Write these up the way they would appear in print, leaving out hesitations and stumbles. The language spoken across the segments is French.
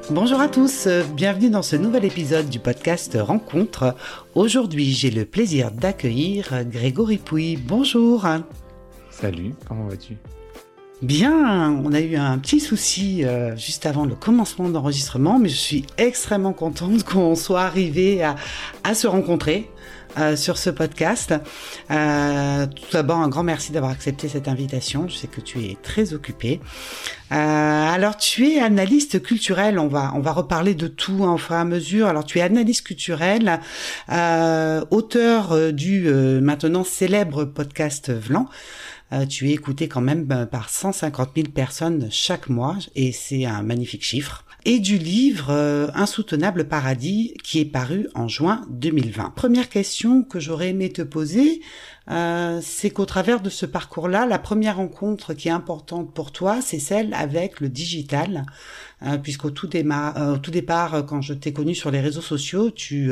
Bonjour à tous, bienvenue dans ce nouvel épisode du podcast Rencontre. Aujourd'hui, j'ai le plaisir d'accueillir Grégory Pouy. Bonjour. Salut, comment vas-tu ? Bien, on a eu un petit souci juste avant le commencement d'enregistrement, mais je suis extrêmement contente qu'on soit arrivé à se rencontrer sur ce podcast. Tout d'abord, un grand merci d'avoir accepté cette invitation. Je sais que tu es très occupé. Alors, tu es analyste culturel. On va reparler de tout au fur et à mesure. Alors, tu es analyste culturel, auteur du maintenant célèbre podcast Vlan. Tu es écouté quand même par 150 000 personnes chaque mois et c'est un magnifique chiffre. Et du livre Insoutenable Paradis qui est paru en juin 2020. Première question que j'aurais aimé te poser, c'est qu'au travers de ce parcours-là, la première rencontre qui est importante pour toi, c'est celle avec le digital. Puisqu'au tout départ, quand je t'ai connu sur les réseaux sociaux, tu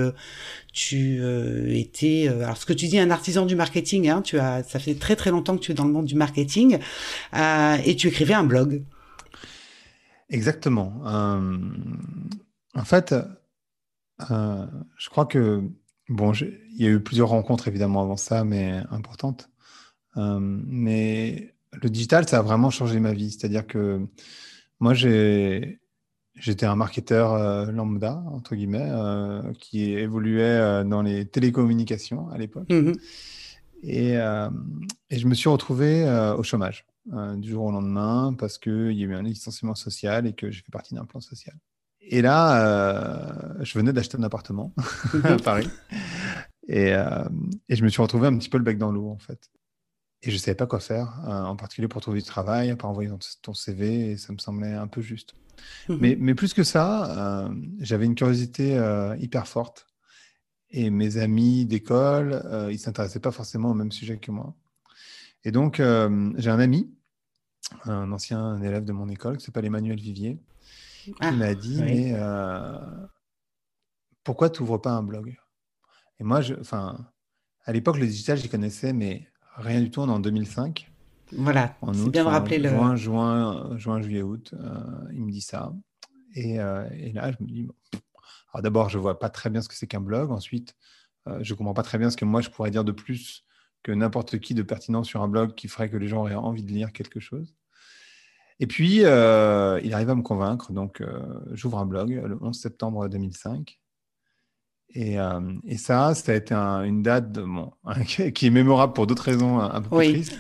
étais, alors ce que tu dis, un artisan du marketing. Hein, ça fait très très longtemps que tu es dans le monde du marketing et tu écrivais un blog. Exactement. En fait, je crois que il y a eu plusieurs rencontres évidemment avant ça, mais importantes. Mais le digital, ça a vraiment changé ma vie. C'est-à-dire que moi, j'étais un marketeur lambda, entre guillemets, qui évoluait dans les télécommunications à l'époque. Mm-hmm. Et je me suis retrouvé au chômage du jour au lendemain parce qu'il y a eu un licenciement social et que j'ai fait partie d'un plan social. Et là, je venais d'acheter un appartement à Paris et je me suis retrouvé un petit peu le bec dans l'eau, en fait. Et je ne savais pas quoi faire, en particulier pour trouver du travail, à part envoyer ton CV, et ça me semblait un peu juste. Mm-hmm. Mais plus que ça, j'avais une curiosité hyper forte. Et mes amis d'école, ils ne s'intéressaient pas forcément au même sujet que moi. Et donc, j'ai un ami, un ancien élève de mon école, qui s'appelle Emmanuel Vivier, qui m'a dit, oui. mais pourquoi tu n'ouvres pas un blog ? Et moi, à l'époque, le digital, j'y connaissais, mais rien du tout. On est en 2005, Voilà, en c'est août, bien de rappeler le... juin, juillet, août. Il me dit ça. Et là, je me dis, bon. Alors d'abord, je ne vois pas très bien ce que c'est qu'un blog. Ensuite, je ne comprends pas très bien ce que moi, je pourrais dire de plus que n'importe qui de pertinent sur un blog qui ferait que les gens auraient envie de lire quelque chose. Et puis, il arrive à me convaincre. Donc, j'ouvre un blog le 11 septembre 2005. Et ça a été une date qui est mémorable pour d'autres raisons un peu plus tristes,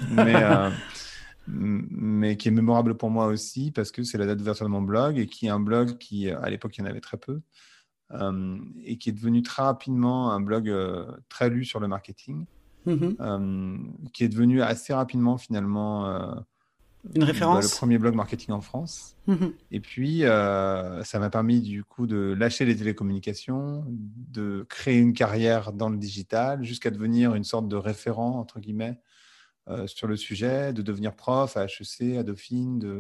mais qui est mémorable pour moi aussi parce que c'est la date d'ouverture de mon blog et qui est un blog qui, à l'époque, il y en avait très peu. Et qui est devenu très rapidement un blog très lu sur le marketing, qui est devenu assez rapidement finalement une référence. Le premier blog marketing en France. Et puis, ça m'a permis du coup de lâcher les télécommunications, de créer une carrière dans le digital, jusqu'à devenir une sorte de référent, entre guillemets, sur le sujet, de devenir prof à HEC, à Dauphine,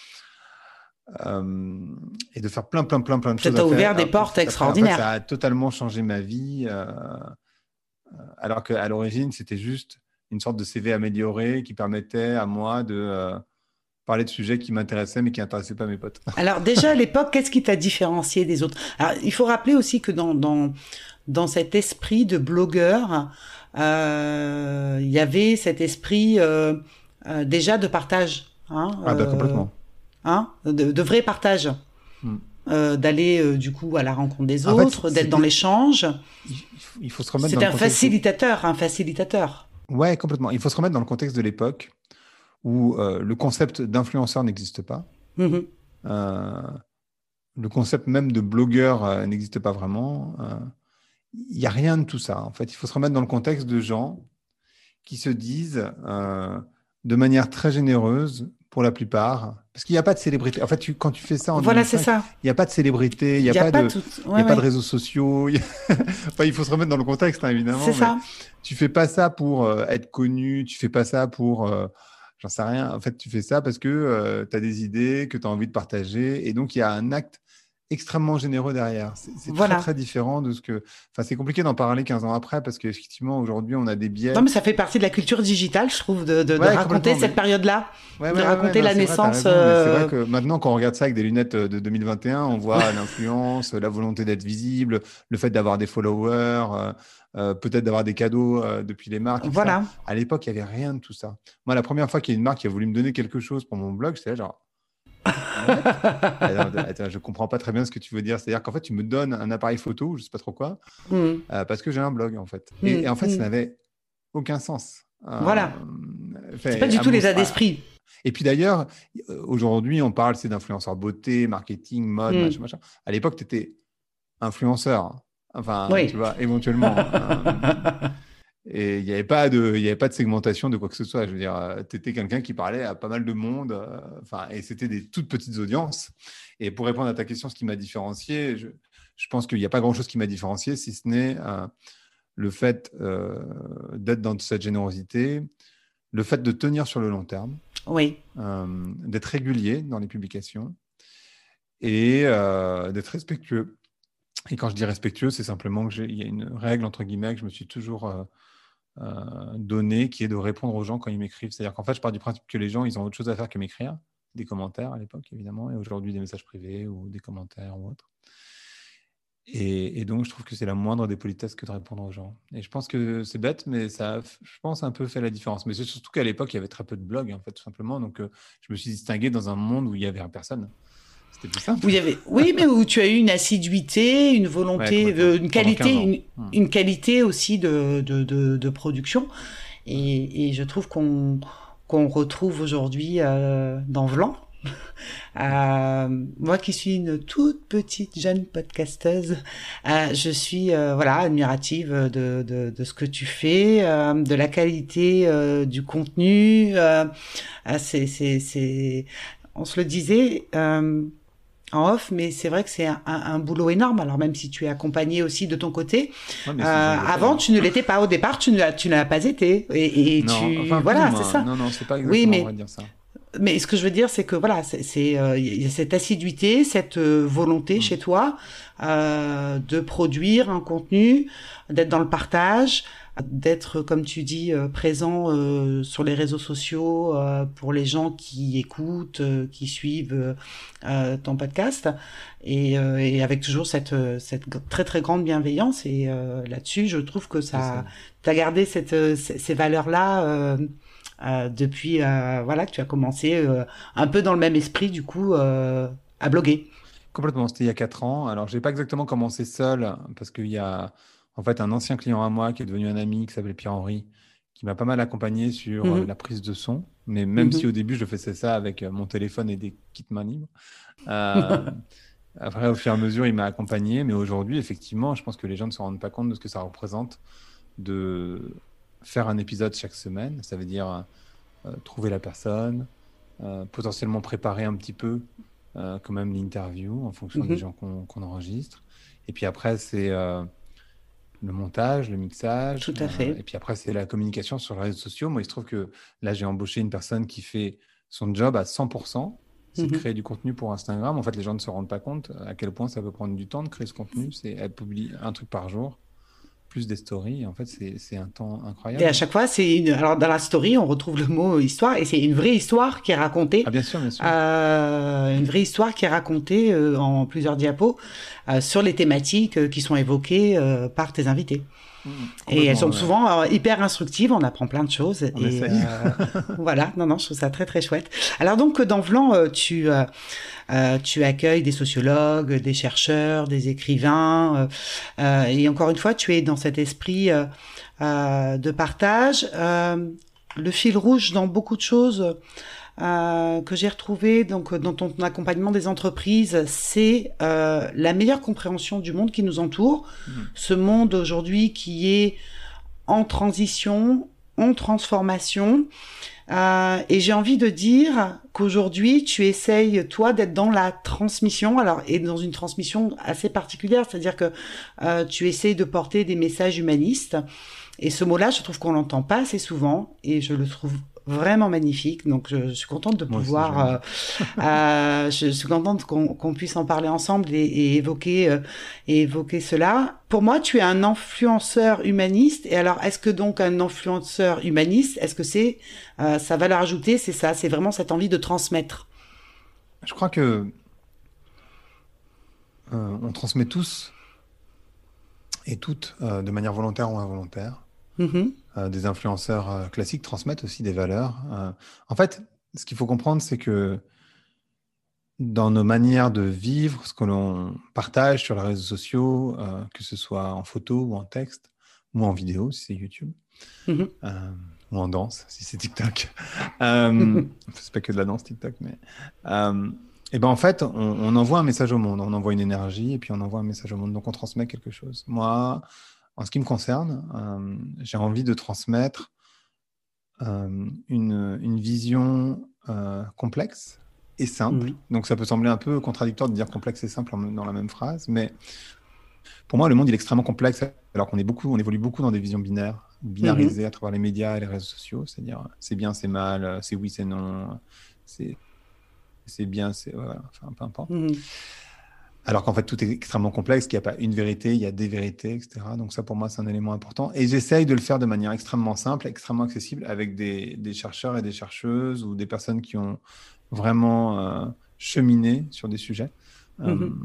et de faire plein de choses. Ça t'a ouvert des portes extraordinaires. En fait, ça a totalement changé ma vie, alors qu'à l'origine, c'était juste une sorte de CV amélioré qui permettait à moi de parler de sujets qui m'intéressaient mais qui n'intéressaient pas mes potes. Alors déjà, à l'époque, qu'est-ce qui t'a différencié des autres ? Alors, il faut rappeler aussi que dans cet esprit de blogueur, il y avait cet esprit déjà de partage. Complètement. De vrai partage. D'aller du coup à la rencontre des autres, d'être dans l'échange. Il faut se remettre c'est dans un facilitateur. Ouais, complètement. Il faut se remettre dans le contexte de l'époque où le concept d'influenceur n'existe pas. Le concept même de blogueur n'existe pas vraiment. Il n'y a rien de tout ça. En fait, il faut se remettre dans le contexte de gens qui se disent de manière très généreuse, pour la plupart, parce qu'il n'y a pas de célébrité. En fait, quand tu fais ça en 2005, il n'y a pas de célébrité, il n'y a pas de réseaux sociaux. Enfin, il faut se remettre dans le contexte, hein, évidemment. C'est ça. Tu ne fais pas ça pour être connu, tu ne fais pas ça pour... j'en sais rien. En fait, tu fais ça parce que tu as des idées, que tu as envie de partager. Et donc, il y a un acte extrêmement généreux derrière. C'est Voilà. très, très différent de ce que... Enfin, c'est compliqué d'en parler 15 ans après parce qu'effectivement, aujourd'hui, on a des Non, biais. mais ça fait partie de la culture digitale, je trouve, de Ouais, raconter complètement. cette Mais... période-là, de Ouais, raconter non, la c'est vrai, tu as naissance. raison. Mais c'est vrai que maintenant, quand on regarde ça avec des lunettes de 2021, on voit l'influence, la volonté d'être visible, le fait d'avoir des followers, peut-être d'avoir des cadeaux depuis les marques, etc. Voilà. À l'époque, il n'y avait rien de tout ça. Moi, la première fois qu'il y a une marque qui a voulu me donner quelque chose pour mon blog, j'étais là genre, what? Attends, je comprends pas très bien ce que tu veux dire. C'est-à-dire qu'en fait, tu me donnes un appareil photo, je sais pas trop quoi, Mm. parce que j'ai un blog, en fait. Et Mm. en fait, ça Mm. n'avait aucun sens. Voilà. C'est pas Fait, du tout l'état d'esprit. et puis d'ailleurs, aujourd'hui, on parle c'est d'influenceurs beauté, marketing, mode, Mm. machin, machin. À l'époque, tu étais influenceur. Enfin, Oui. tu vois, éventuellement. Et il y avait pas de segmentation de quoi que ce soit. Je veux dire, tu étais quelqu'un qui parlait à pas mal de monde. Enfin, et c'était des toutes petites audiences. Et pour répondre à ta question, ce qui m'a différencié, je pense qu'il n'y a pas grand-chose qui m'a différencié, si ce n'est le fait d'être dans cette générosité, le fait de tenir sur le long terme, Oui. d'être régulier dans les publications et d'être respectueux. Et quand je dis respectueux, c'est simplement qu'il y a une règle, entre guillemets, que je me suis toujours donnée, qui est de répondre aux gens quand ils m'écrivent. C'est-à-dire qu'en fait, je pars du principe que les gens, ils ont autre chose à faire que m'écrire, des commentaires à l'époque, évidemment, et aujourd'hui, des messages privés ou des commentaires ou autres. Et donc, je trouve que c'est la moindre des politesses que de répondre aux gens. Et je pense que c'est bête, mais ça a, je pense, un peu fait la différence. Mais c'est surtout qu'à l'époque, il y avait très peu de blogs, en fait, tout simplement. Donc, je me suis distingué dans un monde où il n'y avait personne. C'était plus simple. Où il y avait... Oui, mais où tu as eu une assiduité, une Ouais, volonté, complètement. une Pendant 15 qualité, ans. une qualité aussi de production. Et je trouve qu'on retrouve aujourd'hui dans Vlan. Moi qui suis une toute petite jeune podcasteuse, je suis voilà admirative de ce que tu fais, de la qualité du contenu. On se le disait en off, mais c'est vrai que c'est un boulot énorme. Alors même si tu es accompagné aussi de ton côté, Ouais, mais c'est une chose de avant faire. tu ne l'étais pas. Au départ, tu ne l'as pas été. Et Non, tu enfin, plus voilà, ou moins. c'est ça. Non, c'est pas Oui, exactement, on va dire ça. mais ce que je veux dire, c'est que voilà, il y a cette assiduité, cette volonté chez toi de produire un contenu, d'être dans le partage, d'être, comme tu dis, présent sur les réseaux sociaux pour les gens qui écoutent, qui suivent ton podcast, et avec toujours cette très très grande bienveillance. Et là-dessus, je trouve que ça, t'as gardé ces valeurs-là. Depuis voilà que tu as commencé un peu dans le même esprit du coup à bloguer. Complètement, c'était il y a 4 ans. Alors, je n'ai pas exactement commencé seul parce qu'il y a en fait un ancien client à moi qui est devenu un ami qui s'appelait Pierre-Henri, qui m'a pas mal accompagné sur Mhm. la prise de son. Mais même si Mhm. au début, je faisais ça avec mon téléphone et des kits main libres, euh, après, au fur et à mesure, il m'a accompagné. Mais aujourd'hui, effectivement, je pense que les gens ne se rendent pas compte de ce que ça représente de faire un épisode chaque semaine. Ça veut dire trouver la personne, potentiellement préparer un petit peu quand même l'interview en fonction des Mhm. gens qu'on enregistre. Et puis après, c'est le montage, le mixage. Tout à fait. Et puis après, c'est la communication sur les réseaux sociaux. Moi, il se trouve que là, j'ai embauché une personne qui fait son job à 100%. C'est de Mhm. créer du contenu pour Instagram. En fait, les gens ne se rendent pas compte à quel point ça peut prendre du temps de créer ce contenu. Elle publie un truc par jour, plus des stories. Et en fait, c'est un temps Et à incroyable. chaque fois, alors dans la story, on retrouve le mot histoire, et c'est une vraie histoire qui est racontée, Ah, bien sûr, bien sûr. une vraie histoire qui est racontée en plusieurs diapos sur les thématiques qui sont évoquées par tes invités. Et elles Complètement, sont ouais. souvent hyper instructives, on apprend plein de choses. On Et essaye. voilà, non, je trouve ça très très chouette. Alors donc dans Vlan, tu accueilles des sociologues, des chercheurs, des écrivains, et encore une fois, tu es dans cet esprit de partage. Le fil rouge dans beaucoup de choses que j'ai retrouvé donc dans ton accompagnement des entreprises, c'est la meilleure compréhension du monde qui nous entoure. Ce monde aujourd'hui qui est en transition, en transformation. Et j'ai envie de dire qu'aujourd'hui, tu essayes, toi, d'être dans la transmission, alors, et dans une transmission assez particulière, c'est-à-dire que tu essayes de porter des messages humanistes. Et ce mot-là, je trouve qu'on l'entend pas assez souvent, et je le trouve vraiment magnifique. Donc, je suis contente de Moi aussi, pouvoir, j'aime bien. je suis contente qu'on puisse en parler ensemble et évoquer cela. Pour moi, tu es un influenceur humaniste. Et alors, est-ce que donc un influenceur humaniste, est-ce que c'est sa valeur ajoutée, c'est ça, c'est vraiment cette envie de transmettre. Je crois que on transmet tous et toutes, de manière volontaire ou involontaire. Mhm, Des influenceurs classiques transmettent aussi des valeurs. En fait, ce qu'il faut comprendre, c'est que dans nos manières de vivre, ce que l'on partage sur les réseaux sociaux, que ce soit en photo ou en texte, ou en vidéo, si c'est YouTube, mhm. euh, ou en danse, si c'est TikTok. euh, c'est pas que de la danse, TikTok, mais... et ben en fait, on envoie un message au monde, on envoie une énergie, et puis on envoie un message au monde, donc on transmet quelque chose. Moi, en ce qui me concerne, j'ai envie de transmettre une vision complexe et simple. Mhm. Donc ça peut sembler un peu contradictoire de dire complexe et simple dans la même phrase, mais pour moi, le monde il est extrêmement complexe alors on évolue beaucoup dans des visions binaires, Mhm. binarisées à travers les médias et les réseaux sociaux, c'est-à-dire c'est bien, c'est mal, c'est oui, c'est non, c'est c'est bien, c'est voilà, enfin peu importe. Mhm. Alors qu'en fait, tout est extrêmement complexe, qu'il n'y a pas une vérité, il y a des vérités, etc. Donc ça, pour moi, c'est un élément important. Et j'essaye de le faire de manière extrêmement simple, extrêmement accessible, avec des chercheurs et des chercheuses ou des personnes qui ont vraiment cheminé sur des sujets. Euh, Mhm.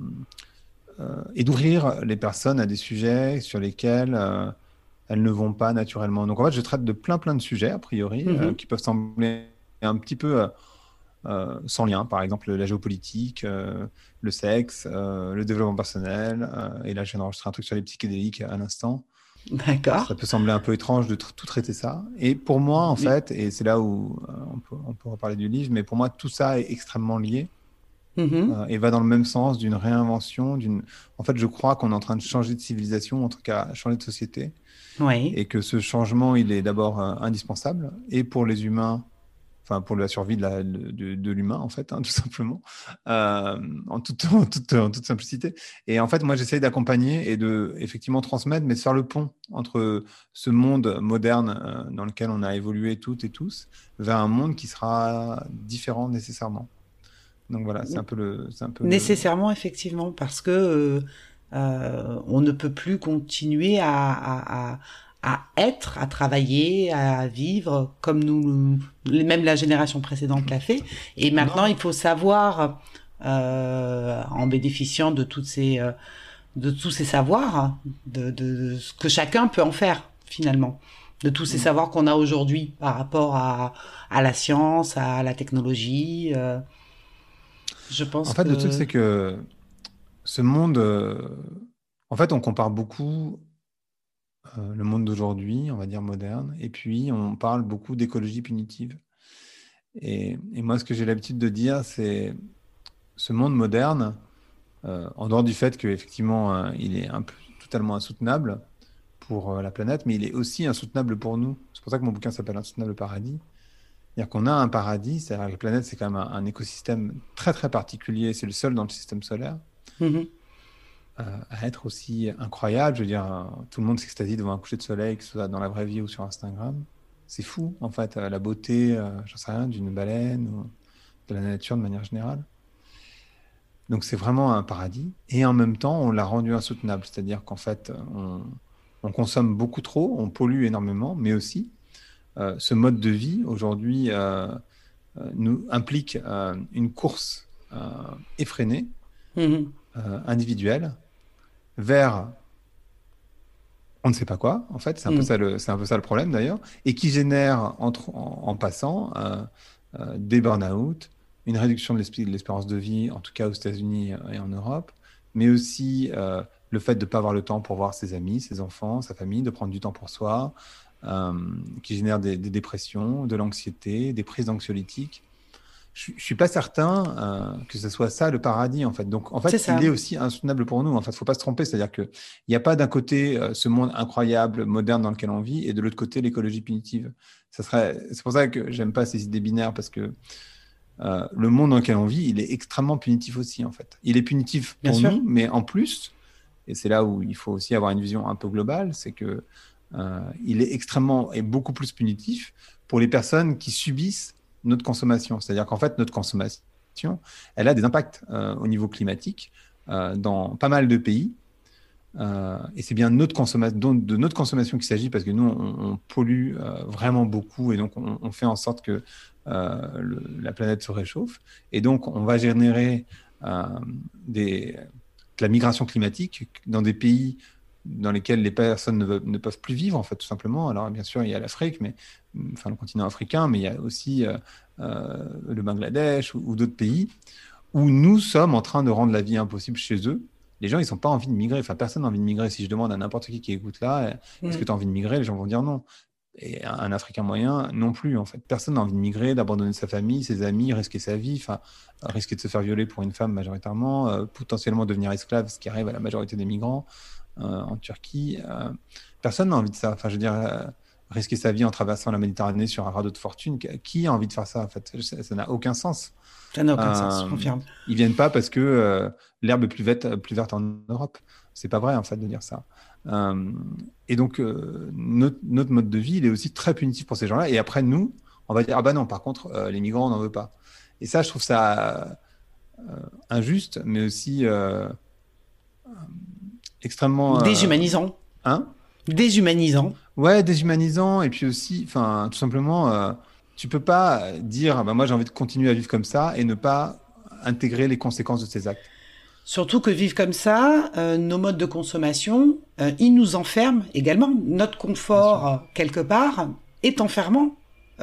et d'ouvrir les personnes à des sujets sur lesquels elles ne vont pas naturellement. Donc en fait, je traite de plein de sujets, a priori, Mhm. qui peuvent sembler un petit peu sans lien, par exemple la géopolitique, le sexe, le développement personnel. Et là, je viens d'enregistrer un truc sur les psychédéliques à l'instant. D'accord. Ça peut sembler un peu étrange de tout traiter ça. Et pour moi, en Mais- fait, et c'est là où on peut reparler du livre, mais pour moi, tout ça est extrêmement lié Mhm. et va dans le même sens d'une réinvention. En fait, je crois qu'on est en train de changer de civilisation, en tout cas, changer de société, Oui. et que ce changement, il est d'abord indispensable, et pour les humains, enfin pour la survie de l'humain en fait, hein, tout simplement, euh, en toute simplicité. Et en fait, moi, j'essaye d'accompagner et de effectivement transmettre, mais de faire le pont entre ce monde moderne dans lequel on a évolué toutes et tous, vers un monde qui sera différent nécessairement. Donc voilà, c'est un peu le. Nécessairement, effectivement, parce que on ne peut plus continuer à être, à travailler, à vivre comme même la génération précédente l'a fait. Et maintenant, il Non, faut savoir, en bénéficiant de tous ces savoirs, de ce que chacun peut en faire finalement, de tous ces non. savoirs qu'on a aujourd'hui par rapport à la science, à la technologie. Je pense En fait, le truc, que c'est que ce monde, en fait, on compare beaucoup le monde d'aujourd'hui, on va dire moderne, et puis on parle beaucoup d'écologie punitive. Et moi, ce que j'ai l'habitude de dire, c'est ce monde moderne, en dehors du fait qu'effectivement, il est un peu totalement insoutenable pour la planète, mais il est aussi insoutenable pour nous. C'est pour ça que mon bouquin s'appelle Insoutenable paradis. C'est-à-dire qu'on a un paradis, c'est-à-dire que la planète, c'est quand même un écosystème très particulier, c'est le seul dans le système solaire, mhm. à être aussi incroyable. Je veux dire, tout le monde s'extasie devant un coucher de soleil, que ce soit dans la vraie vie ou sur Instagram. C'est fou, en fait, la beauté, j'en sais rien, d'une baleine ou de la nature de manière générale. Donc c'est vraiment un paradis. Et en même temps, on l'a rendu insoutenable. C'est-à-dire qu'en fait, on consomme beaucoup trop, on pollue énormément, mais aussi ce mode de vie aujourd'hui nous implique une course effrénée, Mhm. individuelle, vers on ne sait pas quoi. En fait, Mhm. c'est un peu ça le problème d'ailleurs, et qui génère en passant des burn-out, une réduction de de l'espérance de vie, en tout cas aux États-Unis et en Europe, mais aussi le fait de ne pas avoir le temps pour voir ses amis, ses enfants, sa famille, de prendre du temps pour soi, euh, qui génère des dépressions, de l'anxiété, des prises d'anxiolytiques. Je ne suis pas certain que ce soit ça le paradis, en fait. Donc, en C'est fait, il ça. est aussi insoutenable pour nous. En fait, il ne faut pas se tromper. C'est-à-dire qu'il n'y a pas d'un côté ce monde incroyable, moderne dans lequel on vit, et de l'autre côté l'écologie punitive. C'est pour ça que j'aime pas ces idées binaires, parce que le monde dans lequel on vit, il est extrêmement punitif aussi, en fait. Il est punitif Bien pour sûr. nous, mais en plus, et c'est là où il faut aussi avoir une vision un peu globale, c'est que il est extrêmement et beaucoup plus punitif pour les personnes qui subissent notre consommation. C'est-à-dire qu'en fait, notre consommation, elle a des impacts au niveau climatique dans pas mal de pays. Et c'est bien de notre consommation qu'il s'agit parce que nous, on pollue vraiment beaucoup et donc on fait en sorte que la planète se réchauffe. Et donc, on va générer de la migration climatique dans des pays dans lesquels les personnes ne peuvent plus vivre, en fait, tout simplement. Alors, bien sûr, il y a l'Afrique, enfin, le continent africain, mais il y a aussi le Bangladesh ou d'autres pays où nous sommes en train de rendre la vie impossible chez eux. Les gens, ils n'ont pas envie de migrer. Enfin, personne n'a envie de migrer. Si je demande à n'importe qui écoute là, est-ce que tu as envie de migrer? Les gens vont dire non. Et un Africain moyen, non plus, en fait. Personne n'a envie de migrer, d'abandonner sa famille, ses amis, risquer sa vie, enfin, risquer de se faire violer pour une femme majoritairement, potentiellement devenir esclave, ce qui arrive à la majorité des migrants en Turquie. Personne n'a envie de ça. Enfin, je veux dire, risquer sa vie en traversant la Méditerranée sur un radeau de fortune, qui a envie de faire ça, en fait? Ça n'a aucun sens. Ça n'a aucun sens, je confirme. Ils viennent pas parce que l'herbe est plus verte en Europe. C'est pas vrai, en fait, de dire ça. Et donc, notre mode de vie, il est aussi très punitif pour ces gens-là. Et après, nous, on va dire, ah bah non, par contre, les migrants, on n'en veut pas. Et ça, je trouve ça injuste, mais aussi extrêmement... Déshumanisant. Hein? Déshumanisant. Ouais, déshumanisant. Et puis aussi, enfin, tout simplement, tu peux pas dire, ah bah moi, j'ai envie de continuer à vivre comme ça et ne pas intégrer les conséquences de ces actes. Surtout que vivre comme ça, nos modes de consommation, ils nous enferment également. Notre confort, quelque part, est enfermant.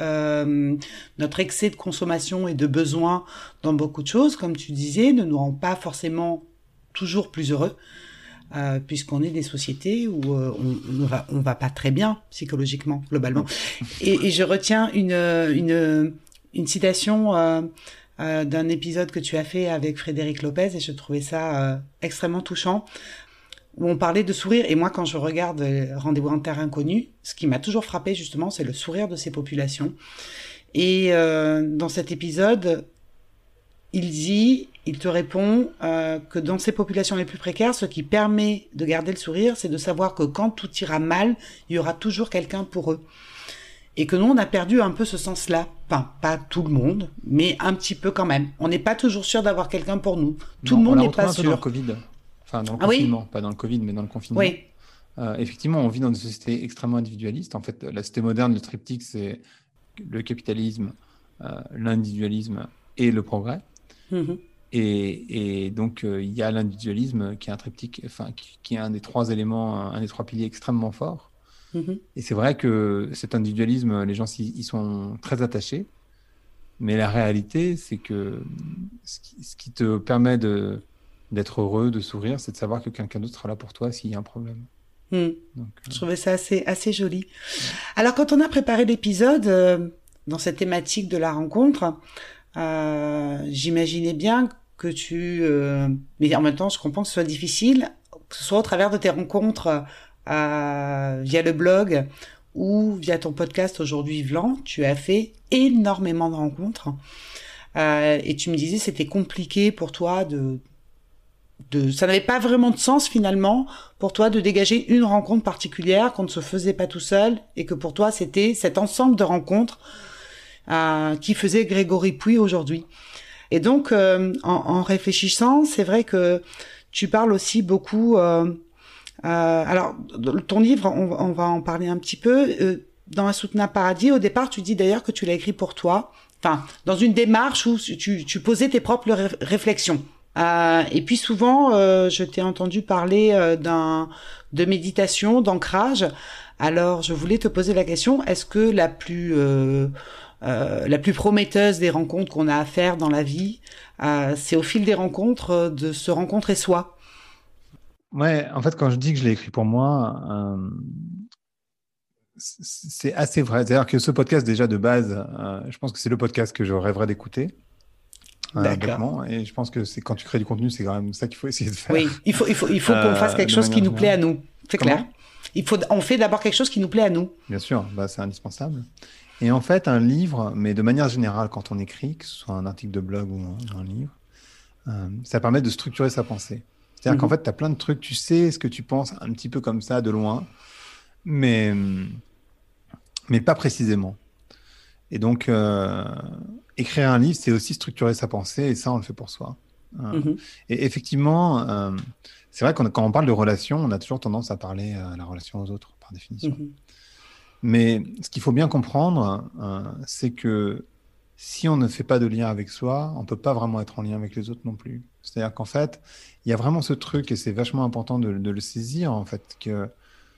Notre excès de consommation et de besoin dans beaucoup de choses, comme tu disais, ne nous rend pas forcément toujours plus heureux, puisqu'on est des sociétés où on va pas très bien psychologiquement, globalement. Et je retiens une citation d'un épisode que tu as fait avec Frédéric Lopez et je trouvais ça extrêmement touchant où on parlait de sourire et moi quand je regarde Rendez-vous en terre inconnue, ce qui m'a toujours frappé justement c'est le sourire de ces populations et dans cet épisode il te répond que dans ces populations les plus précaires ce qui permet de garder le sourire c'est de savoir que quand tout ira mal il y aura toujours quelqu'un pour eux. Et que nous, on a perdu un peu ce sens-là. Enfin, pas tout le monde, mais un petit peu quand même. On n'est pas toujours sûr d'avoir quelqu'un pour nous. Tout le monde n'est pas sûr. Dans le Covid. Enfin, dans le confinement. Pas dans le Covid, mais dans le confinement. Oui. Effectivement, on vit dans une société extrêmement individualiste. En fait, la société moderne, le triptyque, c'est le capitalisme, l'individualisme et le progrès. Mm-hmm. Et donc, il y a l'individualisme qui est un triptyque, enfin, qui est un des trois éléments, un des trois piliers extrêmement forts. Mm-hmm. Et c'est vrai que cet individualisme, les gens y sont très attachés. Mais la réalité, c'est que ce qui te permet d'être heureux, de sourire, c'est de savoir que quelqu'un d'autre sera là pour toi s'il y a un problème. Donc, je trouvais ça assez joli. Alors, quand on a préparé l'épisode, dans cette thématique de la rencontre, j'imaginais bien que mais en même temps, je comprends que ce soit difficile, que ce soit au travers de tes rencontres via le blog ou via ton podcast Aujourd'hui Vlan, tu as fait énormément de rencontres et tu me disais c'était compliqué pour toi ça n'avait pas vraiment de sens finalement pour toi de dégager une rencontre particulière qu'on ne se faisait pas tout seul et que pour toi c'était cet ensemble de rencontres qui faisait Grégory Puy aujourd'hui. Et donc en réfléchissant, c'est vrai que tu parles aussi beaucoup alors, ton livre, on va en parler un petit peu. Dans Insoutenable Paradis, au départ, tu dis d'ailleurs que tu l'as écrit pour toi. Enfin, dans une démarche où tu posais tes propres réflexions. Et puis souvent, je t'ai entendu parler de méditation, d'ancrage. Alors, je voulais te poser la question, est-ce que la plus prometteuse des rencontres qu'on a à faire dans la vie, c'est au fil des rencontres de se rencontrer soi? Ouais, en fait, quand je dis que je l'ai écrit pour moi, c'est assez vrai. C'est-à-dire que ce podcast, déjà de base, je pense que c'est le podcast que je rêverais d'écouter. D'accord. Et je pense que c'est quand tu crées du contenu, c'est quand même ça qu'il faut essayer de faire. Oui, il faut qu'on fasse quelque chose qui nous plaît à nous. C'est clair. On fait d'abord quelque chose qui nous plaît à nous. Bien sûr, c'est indispensable. Et en fait, un livre, mais de manière générale, quand on écrit, que ce soit un article de blog ou un livre, ça permet de structurer sa pensée. C'est-à-dire qu'en fait, tu as plein de trucs, tu sais ce que tu penses un petit peu comme ça, de loin, mais, mais pas précisément. Et donc, écrire un livre, c'est aussi structurer sa pensée, et ça, on le fait pour soi. Et effectivement, c'est vrai quand on parle de relation, on a toujours tendance à parler à la relation aux autres, par définition. Mais ce qu'il faut bien comprendre, c'est que si on ne fait pas de lien avec soi, on ne peut pas vraiment être en lien avec les autres non plus. C'est-à-dire qu'en fait, il y a vraiment ce truc, et c'est vachement important de le saisir, en fait, que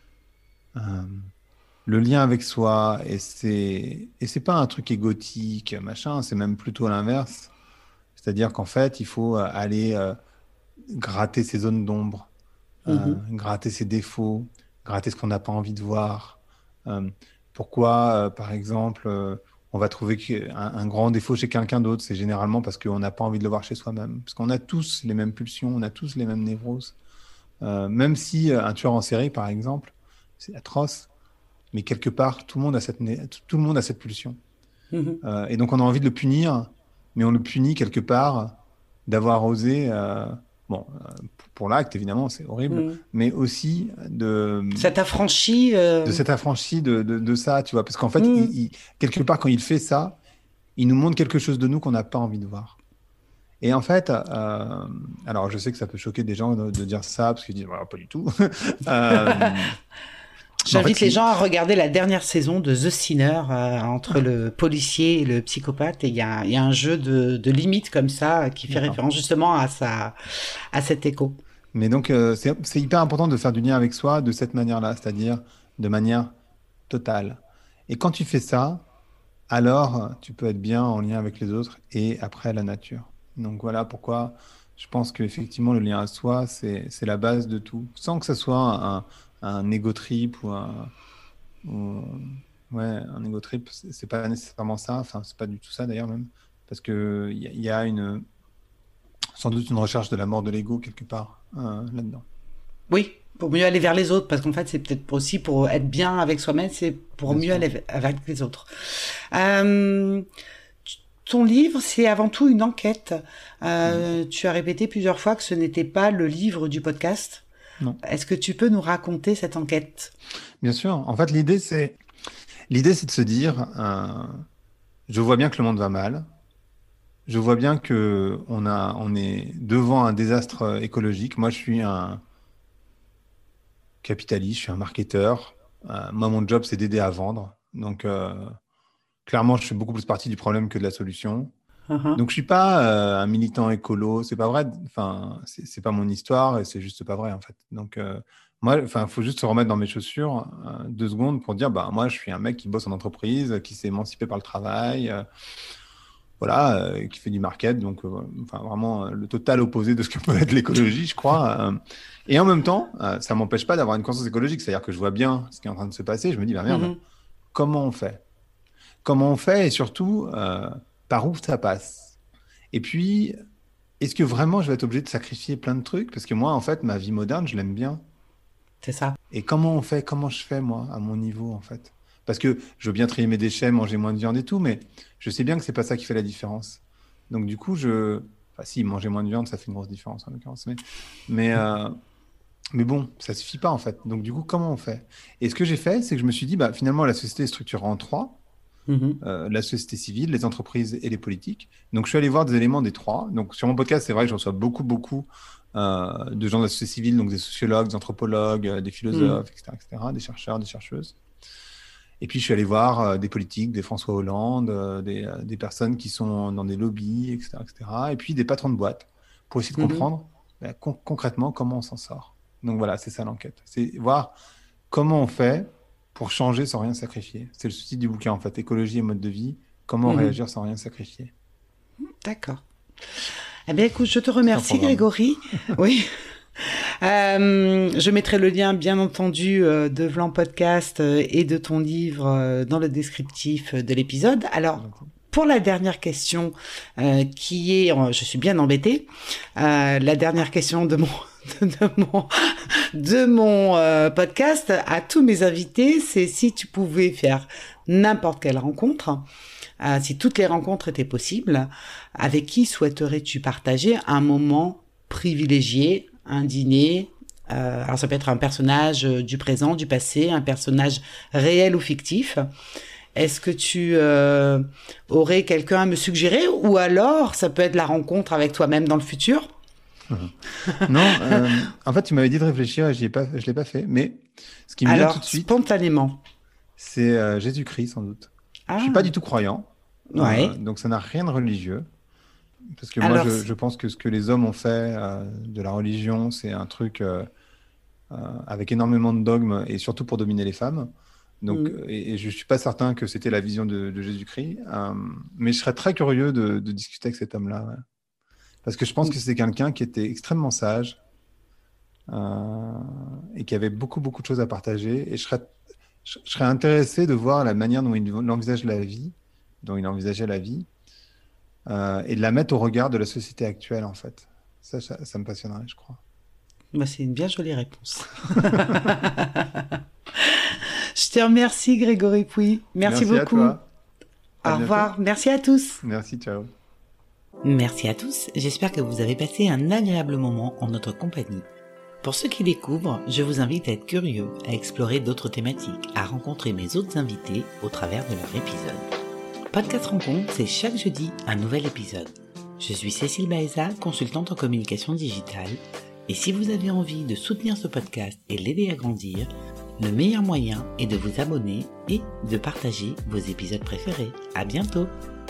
le lien avec soi, et c'est pas un truc égotique, machin, c'est même plutôt l'inverse. C'est-à-dire qu'en fait, il faut aller gratter ses zones d'ombre, gratter ses défauts, gratter ce qu'on n'a pas envie de voir. Pourquoi, par exemple, on va trouver un grand défaut chez quelqu'un d'autre? C'est généralement parce qu'on n'a pas envie de le voir chez soi-même. Parce qu'on a tous les mêmes pulsions, on a tous les mêmes névroses. Même si un tueur en série, par exemple, c'est atroce, mais quelque part, tout le monde a cette pulsion. Et donc, on a envie de le punir, mais on le punit quelque part d'avoir osé... pour l'acte, évidemment, c'est horrible, mais aussi de cet affranchi de ça, tu vois, parce qu'en fait, quelque part, quand il fait ça, il nous montre quelque chose de nous qu'on n'a pas envie de voir. Et en fait, alors je sais que ça peut choquer des gens de dire ça, parce qu'ils disent, voilà, pas du tout. J'invite les gens à regarder la dernière saison de The Sinner, entre le policier et le psychopathe, et il y a un jeu de limites comme ça qui fait référence justement à cet écho. Mais donc c'est hyper important de faire du lien avec soi de cette manière-là, c'est-à-dire de manière totale. Et quand tu fais ça, alors tu peux être bien en lien avec les autres et après la nature. Donc voilà pourquoi je pense qu'effectivement le lien à soi, c'est la base de tout, sans que ce soit un ego trip ou un ego trip, c'est pas nécessairement ça, enfin c'est pas du tout ça d'ailleurs même, parce que il y a sans doute une recherche de la mort de l'ego quelque part là-dedans. Oui, pour mieux aller vers les autres, parce qu'en fait c'est peut-être aussi pour être bien avec soi-même, c'est pour mieux aller avec les autres. Ton livre, c'est avant tout une enquête. Tu as répété plusieurs fois que ce n'était pas le livre du podcast. Non. Est-ce que tu peux nous raconter cette enquête? Bien sûr. En fait, l'idée, c'est de se dire, je vois bien que le monde va mal. Je vois bien que on est devant un désastre écologique. Moi, je suis un capitaliste, je suis un marketeur. Moi, mon job, c'est d'aider à vendre. Donc, clairement, je fais beaucoup plus partie du problème que de la solution. Donc, je suis pas un militant écolo. C'est pas vrai. Enfin, c'est pas mon histoire et c'est juste pas vrai, en fait. Donc, moi, enfin, faut juste se remettre dans mes chaussures 2 secondes pour dire, bah, moi, je suis un mec qui bosse en entreprise, qui s'est émancipé par le travail, qui fait du market. Donc, enfin, vraiment le total opposé de ce que peut être l'écologie, je crois. Et en même temps, ça m'empêche pas d'avoir une conscience écologique. C'est-à-dire que je vois bien ce qui est en train de se passer. Je me dis, bah merde, comment on fait? Comment on fait et surtout, par où ça passe? Et puis, est-ce que vraiment je vais être obligé de sacrifier plein de trucs? Parce que moi, en fait, ma vie moderne, je l'aime bien. C'est ça. Et comment on fait? Comment je fais, moi, à mon niveau, en fait? Parce que je veux bien trier mes déchets, manger moins de viande et tout, mais je sais bien que c'est pas ça qui fait la différence. Donc, du coup, enfin, si, manger moins de viande, ça fait une grosse différence, en l'occurrence. Mais bon, ça suffit pas, en fait. Donc, du coup, comment on fait? Et ce que j'ai fait, c'est que je me suis dit, bah, finalement, la société est structurée en 3. La société civile, les entreprises et les politiques. Donc, je suis allé voir des éléments des 3. Donc, sur mon podcast, c'est vrai que je reçois beaucoup de gens de la société civile, donc des sociologues, des anthropologues, des philosophes, etc., des chercheurs, des chercheuses. Et puis, je suis allé voir des politiques, des François Hollande, des personnes qui sont dans des lobbies, etc., etc., et puis des patrons de boîtes, pour essayer de comprendre concrètement comment on s'en sort. Donc, voilà, c'est ça l'enquête. C'est voir comment on fait pour changer sans rien sacrifier. C'est le sous-titre du bouquin, en fait, écologie et mode de vie, comment réagir sans rien sacrifier. D'accord. Eh bien, écoute, je te remercie, Grégory. Oui. Je mettrai le lien, bien entendu, de Vlan Podcast et de ton livre dans le descriptif de l'épisode. Alors, pour la dernière question, qui est, je suis bien embêtée, la dernière question de mon podcast à tous mes invités, c'est si tu pouvais faire n'importe quelle rencontre, si toutes les rencontres étaient possibles, avec qui souhaiterais-tu partager un moment privilégié, un dîner, Alors ça peut être un personnage du présent, du passé, un personnage réel ou fictif. Est-ce que tu aurais quelqu'un à me suggérer, ou alors ça peut être la rencontre avec toi-même dans le futur? Non, en fait, tu m'avais dit de réfléchir et je l'ai pas fait. Mais ce qui me vient tout Alors, de suite, spontanément. c'est Jésus-Christ, sans doute. Je suis pas Ah, du tout croyant, ouais. donc ça n'a rien de religieux. Parce que moi, Alors, je pense que ce que les hommes ont fait de la religion, c'est un truc avec énormément de dogmes et surtout pour dominer les femmes. Donc, mm, et je suis pas certain que c'était la vision de Jésus-Christ. Mais je serais très curieux de discuter avec cet homme-là. Ouais. Parce que je pense que c'est quelqu'un qui était extrêmement sage euh, et qui avait beaucoup, beaucoup de choses à partager. Et je serais intéressé de voir la manière dont il envisage la vie, dont il envisageait la vie, et de la mettre au regard de la société actuelle, en fait. Ça me passionnerait, je crois. bah, c'est une bien jolie réponse. Je te remercie, Grégory Pouy. Merci Merci à beaucoup. toi. À Au bientôt. revoir. Merci à tous. Merci, ciao. Merci à tous. J'espère que vous avez passé un agréable moment en notre compagnie. Pour ceux qui découvrent, je vous invite à être curieux, à explorer d'autres thématiques, à rencontrer mes autres invités au travers de leur épisode. Podcast Rencontre, c'est chaque jeudi un nouvel épisode. Je suis Cécile Baeza, consultante en communication digitale, et si vous avez envie de soutenir ce podcast et l'aider à grandir, le meilleur moyen est de vous abonner et de partager vos épisodes préférés. À bientôt!